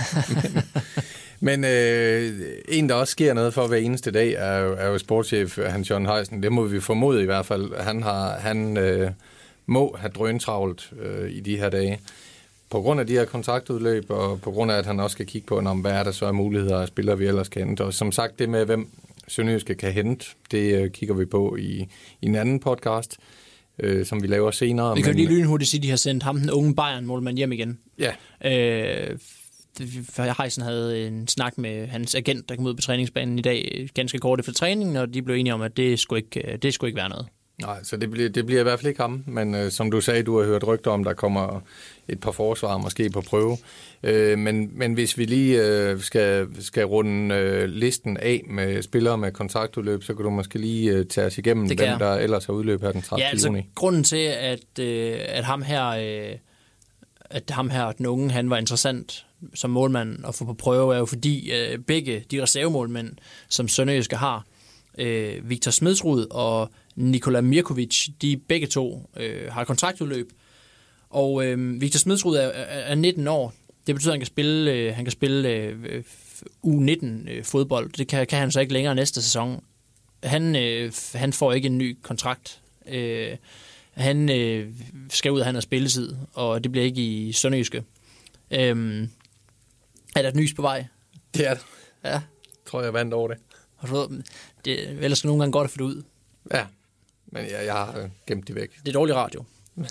men øh, en, der også sker noget for hver eneste dag, er jo, er jo sportschef Hans Jørgen Heisen. Det må vi formode i hvert fald. Han, har, han øh, må have drøntravlt øh, i de her dage. På grund af de her kontraktudløb, og på grund af, at han også skal kigge på, om hvad er der så er muligheder af spillere, vi ellers kan hente. Og som sagt, det med, hvem Sønderjyske kan hente, det uh, kigger vi på i, i en anden podcast, uh, som vi laver senere. Vi kan men... lige lynhurtigt sige, at de har sendt ham, den unge Bayern-målmand, hjem igen. Ja. Øh, Heisen havde en snak med hans agent, der kom ud på træningsbanen i dag, ganske kort efter træningen, og de blev enige om, at det skulle ikke, det skulle ikke være noget. Nej, så det bliver, det bliver i hvert fald ikke ham, men øh, som du sagde, du har hørt rygter om, der kommer et par forsvar måske på prøve. Øh, men, men hvis vi lige øh, skal, skal runde øh, listen af med spillere med kontraktudløb, så kan du måske lige øh, tage os igennem, hvem der ellers har udløb her den tredivte Ja, altså juni. Grunden til, at, øh, at ham her, øh, at ham her, den unge, han var interessant som målmand at få på prøve, er jo fordi øh, begge de reservemålmænd, som Sønderjyske har, øh, Victor Smedsrud og Nikola Mirkovic, de begge to øh, har kontraktudløb. Og øh, Victor Smedsrud er, er nitten år. Det betyder, at han kan spille, øh, han kan spille øh, U nitten øh, fodbold. Det kan, kan han så ikke længere næste sæson. Han, øh, han får ikke en ny kontrakt. Øh, han øh, skal ud og have noget spilletid, og det bliver ikke i Sønderjyske. Øh, er der et nys på vej? Det er det. Ja. Tror jeg, jeg vandt over det. det ellers skal nogle gange godt at få det ud. Ja, men jeg, jeg har gemt det væk. Det er dårlig radio.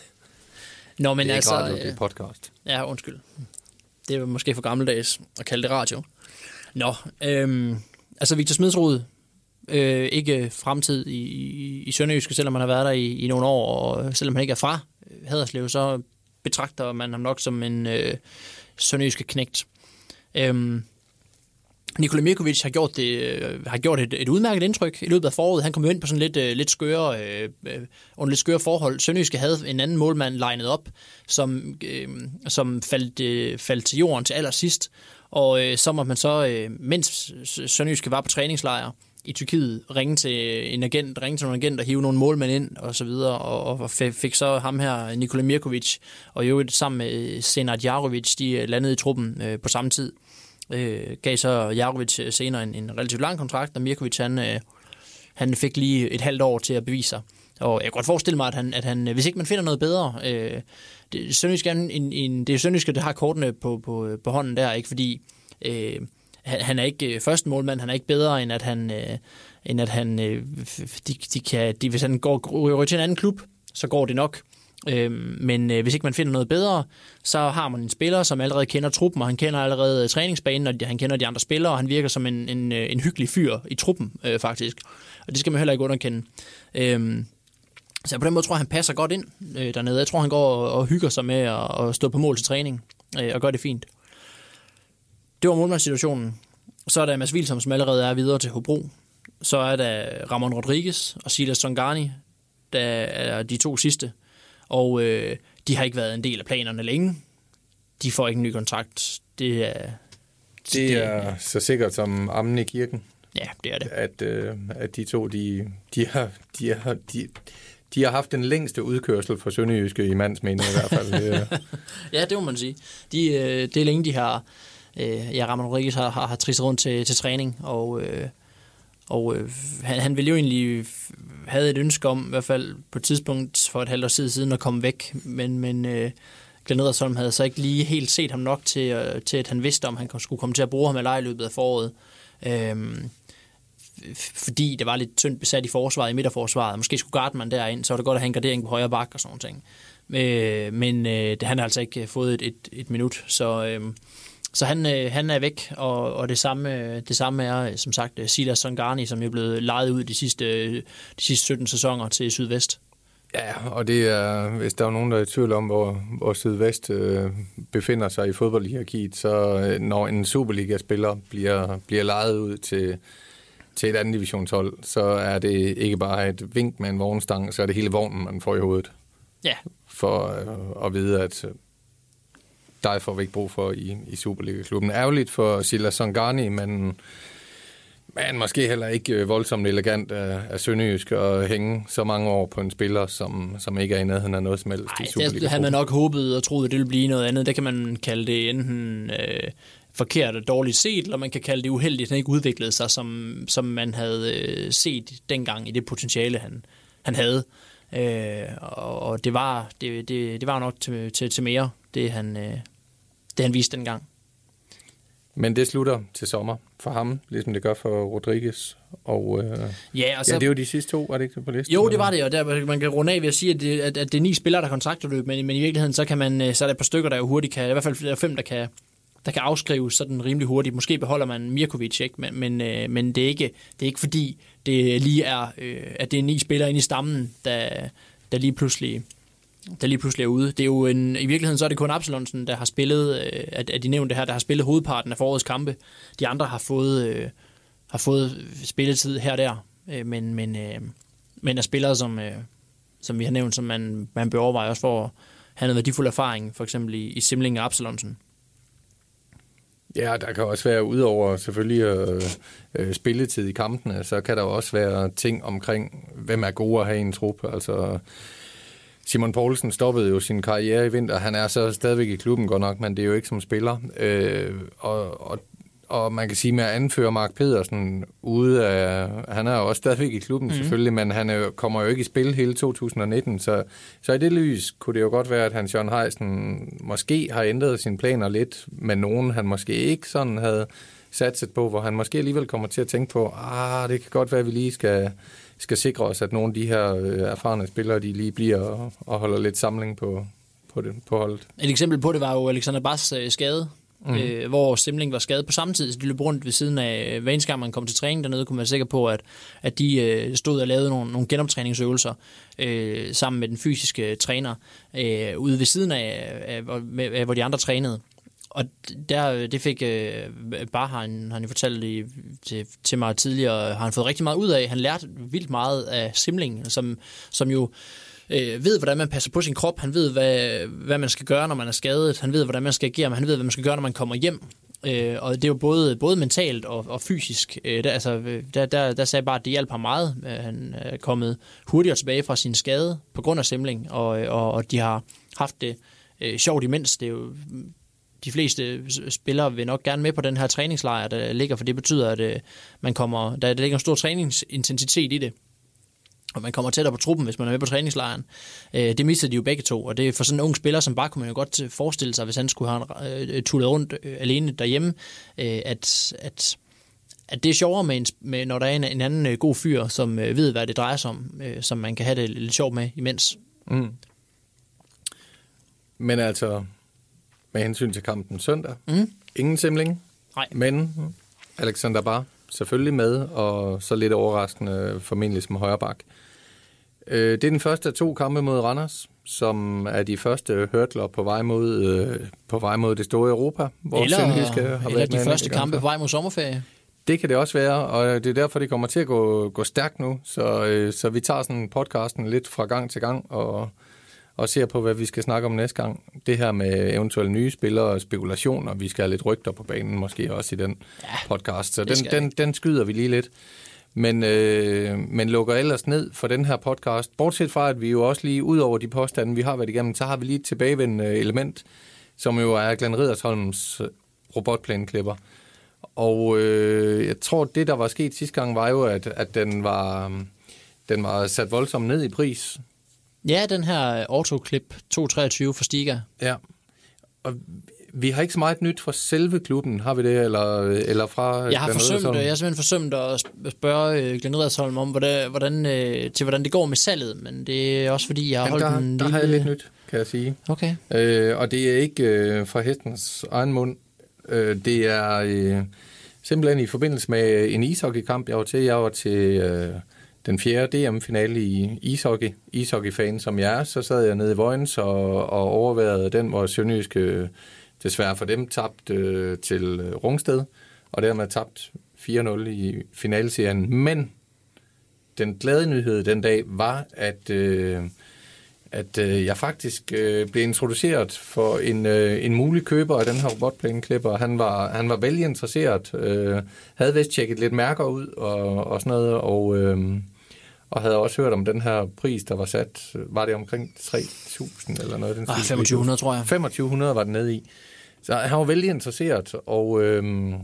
Nå, men det er altså, ikke radio, det er podcast. Ja, undskyld. Det er måske for gammeldags at kalde det radio. Nå, øhm, altså Victor Smedsrud, øh, ikke fremtid i, i, i Sønderjyske, selvom man har været der i, i nogle år, og selvom han ikke er fra Haderslev, så betragter man ham nok som en øh, sønderjyske knægt. Øhm, Nikola Mirkovic har gjort, det, øh, har gjort et, et udmærket indtryk i løbet af foråret. Han kom jo ind på sådan lidt, øh, lidt skøre, øh, under lidt skøre forhold. Sønderjyske havde en anden målmand legnet op, som, øh, som faldt, øh, faldt til jorden til allersidst. Og øh, så må man så, øh, mens Sønderjyske var på træningslejr i Tyrkiet, ringe til en agent, ringe til nogle agent og hive nogle målmænd ind og så videre, og, og fik så ham her, Nikola Mirkovic, og jo sammen med Senad Jarovic, de landede i truppen øh, på samme tid. Øh, gav så Jarovic senere en, en relativt lang kontrakt, og Mirkovic han, øh, han fik lige et halvt år til at bevise sig. Og jeg kan godt forestille mig, at han, at han hvis ikke man finder noget bedre, øh, det, Sønderjyske er en, en, det er Sønderjyske, der har kortene på, på, på hånden der, ikke fordi øh, han, han er ikke første målmand, han er ikke bedre, end at han, øh, end at han øh, de, de kan, de, hvis han går ryger til en anden klub, så går det nok. Øhm, men øh, hvis ikke man finder noget bedre, så har man en spiller, som allerede kender truppen, og han kender allerede træningsbanen, og han kender de andre spillere, og han virker som en, en, en hyggelig fyr i truppen, øh, faktisk. Og det skal man heller ikke underkende. Øhm, så på den måde tror jeg, han passer godt ind øh, dernede. Jeg tror, han går og, og hygger sig med at, at stå på mål til træning, øh, og gør det fint. Det var målmandssituationen. Så er der Mads Wilsom, som allerede er videre til Hobro. Så er der Ramon Rodriguez og Silas Songani, der er de to sidste. Og øh, de har ikke været en del af planerne længe. De får ikke en ny kontrakt. Det er, det, det er så sikkert som ammen i kirken. Ja, det er det. At, øh, at de to, de, de, har, de, har, de, de har haft den længste udkørsel for Sønderjyske i mands mening i hvert fald. Ja, det må man sige. De, øh, det er længe, de har... Øh, ja, Ramon Rodriguez har, har, har trisset rundt til, til træning, og, øh, og øh, han, han ville jo egentlig have et ønske om, i hvert fald på et tidspunkt for et halvt år siden, at komme væk, men, men øh, Glenn Ederson havde så ikke lige helt set ham nok til, øh, til at han vidste, om han skulle komme til at bruge ham i lejeløbet af foråret. Øh, fordi det var lidt tyndt besat i forsvaret, i midterforsvaret. Måske skulle Gartman derind, så var det godt at have en gardering på højre bak og sådan nogle ting. Øh, men øh, det, han har altså ikke fået et, et, et minut, så... Øh, Så han, øh, han er væk, og, og det, samme, det samme er, som sagt, Silas Songani, som er blevet lejet ud de sidste, de sidste sytten sæsoner til Sydvest. Ja, og det er, hvis der er nogen, der er i tvivl om, hvor, hvor Sydvest øh, befinder sig i fodboldhierarkiet, så øh, når en Superliga-spiller bliver, bliver lejet ud til, til et andet divisionshold, så er det ikke bare et vink med en vognstang, så er det hele vognen, man får i hovedet. Ja. For øh, at vide, at... dig får vi ikke brug for i, i Superliga-klubben. Ærgerligt for Silas Songani, men, men måske heller ikke voldsomt elegant af, af Sønderjysk at hænge så mange år på en spiller, som, som ikke er i nærheden af noget som helst i Superliga-klubben. Det havde man nok håbet og troet, at det ville blive noget andet. Det kan man kalde det enten øh, forkert og dårligt set, eller man kan kalde det uheldigt, at han ikke udviklede sig, som, som man havde øh, set dengang i det potentiale, han, han havde. Øh, og det var, det, det, det var nok til, til, til mere, det han... Øh, det han viste dengang. Men det slutter til sommer for ham, ligesom det gør for Rodriguez. Og, øh, ja, og så, ja, det er jo de sidste to, var det ikke på listen? Jo, det var det, og der, man kan runde af ved at sige, at det, at, at det er ni spillere, der har kontraktudløb, men, men i virkeligheden, så, kan man, så er der et par stykker, der jo hurtigt kan, i hvert fald fem, der kan, der kan afskrives sådan rimelig hurtigt. Måske beholder man Mirkovic, ikke? Men, men, men det, er ikke, det er ikke fordi, det lige er, øh, at det er ni spillere inde i stammen, der, der lige pludselig... der lige pludselig er ude. Det er jo en, i virkeligheden så er det kun Absalonsen, der har spillet, øh, at, at de nævnte her, der har spillet hovedparten af forårets kampe. De andre har fået, øh, har fået spilletid her og der, øh, men, men, øh, men er spillere, som, øh, som vi har nævnt, som man, man bør overveje også for at have noget værdifuld erfaring, for eksempel i, i Simling og Absalonsen. Ja, der kan også være, udover selvfølgelig øh, øh, spilletid i kampene, så kan der også være ting omkring, hvem er gode at have i en trup, altså... Simon Poulsen stoppede jo sin karriere i vinter. Han er så stadigvæk i klubben godt nok, men det er jo ikke som spiller. Øh, og, og, og man kan sige med at anføre Mark Pedersen ude af... Han er jo også stadigvæk i klubben mm. selvfølgelig, men han er, kommer jo ikke i spil hele to tusind nitten. Så, så i det lys kunne det jo godt være, at Hans Jørgen Heisen måske har ændret sine planer lidt med nogen, han måske ikke sådan havde satset på, hvor han måske alligevel kommer til at tænke på, ah, det kan godt være, at vi lige skal... skal sikre os, at nogle af de her øh, erfarne spillere, de lige bliver og, og holder lidt samling på, på, det, på holdet. Et eksempel på det var jo Alexander Bass øh, skade, mm. øh, hvor Simling var skadet på samme tid, så de løb rundt ved siden af, hver eneste gang man kom til træning dernede, kunne man være sikker på, at, at de øh, stod og lavede nogle, nogle genoptræningsøvelser øh, sammen med den fysiske træner, øh, ude ved siden af, af, af, af, hvor de andre trænede. Og der, det fik øh, bare han, han jo fortalt i, til, til mig tidligere, har han fået rigtig meget ud af. Han lærte vildt meget af Simling, som, som jo øh, ved, hvordan man passer på sin krop. Han ved, hvad, hvad man skal gøre, når man er skadet. Han ved, hvordan man skal agere, men han ved, hvad man skal gøre, når man kommer hjem. Øh, og det er jo både, både mentalt og, og fysisk. Øh, der, altså, der, der, der sagde bare, at det hjalp ham meget. Han er kommet hurtigere tilbage fra sin skade på grund af Simling, og, og, og de har haft det øh, sjovt imens. Det er jo... De fleste spillere vil nok gerne med på den her træningslejr, der ligger, for det betyder, at man kommer, der ligger en stor træningsintensitet i det, og man kommer tættere på truppen, hvis man er med på træningslejren. Det mister de jo begge to, og det er for sådan en ung spiller, som bare kunne man jo godt forestille sig, hvis han skulle have tullet rundt alene derhjemme, at, at, at det er sjovere, med en, med, når der er en, en anden god fyr, som ved, hvad det drejer sig om, som man kan have det lidt sjovt med imens. Mm. Men altså... Med hensyn til kampen søndag. Mm. Ingen Simling. Nej. Men Alexander Barr selvfølgelig med, og så lidt overraskende formentlig som højreback. Det er den første af to kampe mod Randers, som er de første hurdler på vej mod, på vej mod det store Europa. Hvor eller Sønderjyske har eller været de første kampe på vej mod sommerferie. Det kan det også være, og det er derfor, det kommer til at gå, gå stærkt nu. Så, så vi tager sådan podcasten lidt fra gang til gang, og... og ser på, hvad vi skal snakke om næste gang. Det her med eventuelle nye spillere og spekulationer. Vi skal have lidt rygter på banen, måske også i den ja, podcast. Så den, den, den skyder vi lige lidt. Men, øh, men lukker ellers ned for den her podcast. Bortset fra, at vi jo også lige, ud over de påstande, vi har været igennem, så har vi lige et tilbagevendende element, som jo er Glenn Riddersholms robotplæneklipper. Og øh, jeg tror, det, der var sket sidste gang, var jo, at, at den, var, den var sat voldsomt ned i pris. Ja, den her autoklip to treogtyve for Stiga. Ja, og vi har ikke så meget nyt fra selve klubben, har vi det, eller, eller fra jeg har, forsømt, jeg har simpelthen forsømt at spørge Glenn Riddersholm om, hvordan, hvordan, til hvordan det går med salget, men det er også fordi, jeg har holdt der, en der lille... har jeg lidt nyt, kan jeg sige. Okay. Øh, og det er ikke øh, fra hestens egen mund. Øh, det er øh, simpelthen i forbindelse med en ishockeykamp, jeg var til. Jeg var til øh, den fjerde D M-finale i ishockey. Ishockey-fan, som jeg er. Så sad jeg nede i Vojens og, og overværede den, hvor Sønderjyske desværre for dem tabt øh, til Rungsted, og dermed tabt fire nul i finaleserien. Men den glade nyhed den dag var, at, øh, at øh, jeg faktisk øh, blev introduceret for en, øh, en mulig køber af den her robotplæneklipper. Han var, han var vældig interesseret, øh, havde vist tjekket lidt mærker ud og, og sådan noget, og, øh, og havde også hørt om den her pris, der var sat, var det omkring tre tusind eller noget? Den ah, femogtyve hundrede, tror jeg. femogtyve hundrede var den nede i. Så han var vældig interesseret, og, øhm,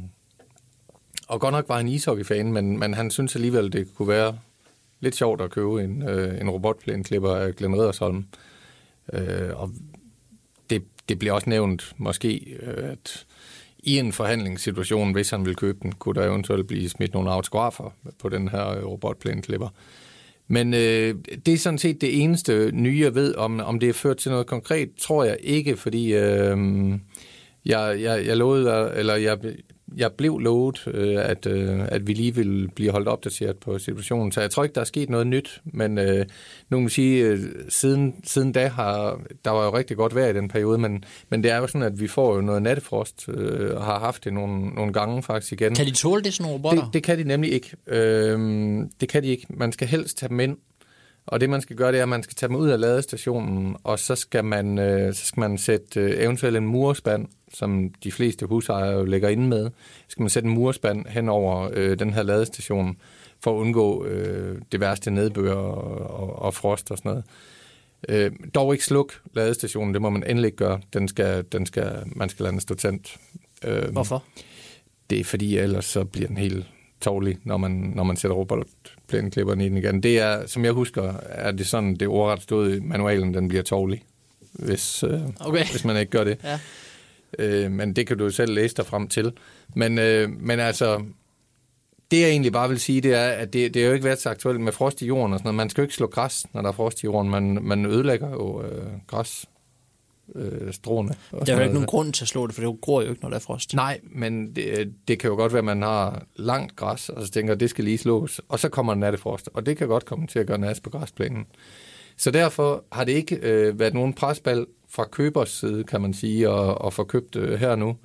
og godt nok var han ishockey-fan, men, men han synes alligevel, det kunne være lidt sjovt at købe en, øh, en robotplæneklipper af Glenn Riddersholm. Øh, og det, det bliver også nævnt måske, øh, at i en forhandlingssituation, hvis han ville købe den, kunne der eventuelt blive smidt nogle autografer på den her øh, robotplæneklipper. Men øh, det er sådan set det eneste nye, jeg ved, om, om det er ført til noget konkret, tror jeg ikke, fordi... Øh, Jeg, jeg, jeg lovede, eller jeg, jeg blev lovet, øh, at, øh, at vi lige ville blive holdt opdateret på situationen. Så jeg tror ikke, der er sket noget nyt, men øh, nu må man sige, øh, siden, siden da har, der var jo rigtig godt vejr i den periode, men, men det er jo sådan, at vi får jo noget nattefrost, øh, og har haft det nogle, nogle gange faktisk igen. Kan de tåle det, sådan nogle robotter? Det, det kan de nemlig ikke. Øh, det kan de ikke. Man skal helst tage dem ind. Og det, man skal gøre, det er, at man skal tage dem ud af ladestationen, og så skal man, øh, så skal man sætte øh, eventuelt en murspand, som de fleste husejere jo lægger inde med. Så skal man sætte en murspand hen over øh, den her ladestation, for at undgå øh, det værste nedbør og, og, og frost og sådan noget. Øh, dog ikke sluk ladestationen, det må man endelig ikke gøre. Den skal, den skal, man skal lade den stå tændt. Øh, Hvorfor? Det er fordi, ellers så bliver den helt tårlig, når man, når man sætter robotplæneklipperen i den igen. Det er, som jeg husker, er det sådan, det ordret stod i manualen, den bliver tårlig, hvis, øh, okay. hvis man ikke gør det. Ja. Øh, men det kan du jo selv læse dig frem til. Men, øh, men altså, det jeg egentlig bare vil sige, det er, at det, det er jo ikke været så aktuelt med frost i jorden og sådan noget. Man skal jo ikke slå græs, når der er frost i jorden. Man, man ødelægger jo øh, græs. Øh, stråene. Der er jo ikke nogen grund til at slå det, for det gror jo ikke, når der er frost. Nej, men det, det kan jo godt være, at man har langt græs, og så tænker, at det skal lige slås, og så kommer nattefrost, og det kan godt komme til at gøre nas på græsplænen. Så derfor har det ikke øh, været nogen presbal fra købers side, kan man sige, og, og få købt øh, her nu.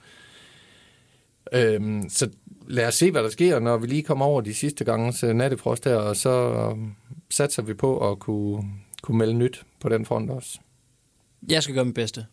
Øhm, så lad os se, hvad der sker, når vi lige kommer over de sidste gange nattefrost her, og så øh, satser vi på at kunne, kunne melde nyt på den front også. Jeg skal gøre mit bedste.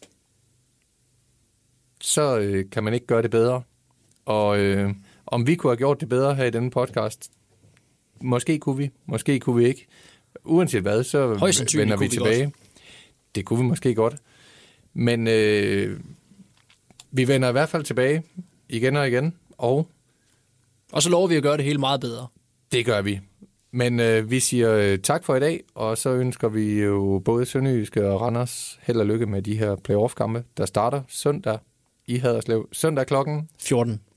Så øh, kan man ikke gøre det bedre. Og øh, om vi kunne have gjort det bedre her i denne podcast, måske kunne vi, måske kunne vi ikke. Uanset hvad, så vender vi tilbage. Vi det kunne vi måske godt. Men øh, vi vender i hvert fald tilbage igen og igen. Og, og så lover vi at gøre det hele meget bedre. Det gør vi. Men øh, vi siger øh, tak for i dag, og så ønsker vi jo både Sønderjyske og Randers held og lykke med de her playoff-kampe, der starter søndag i Haderslev. Søndag klokken fjorten.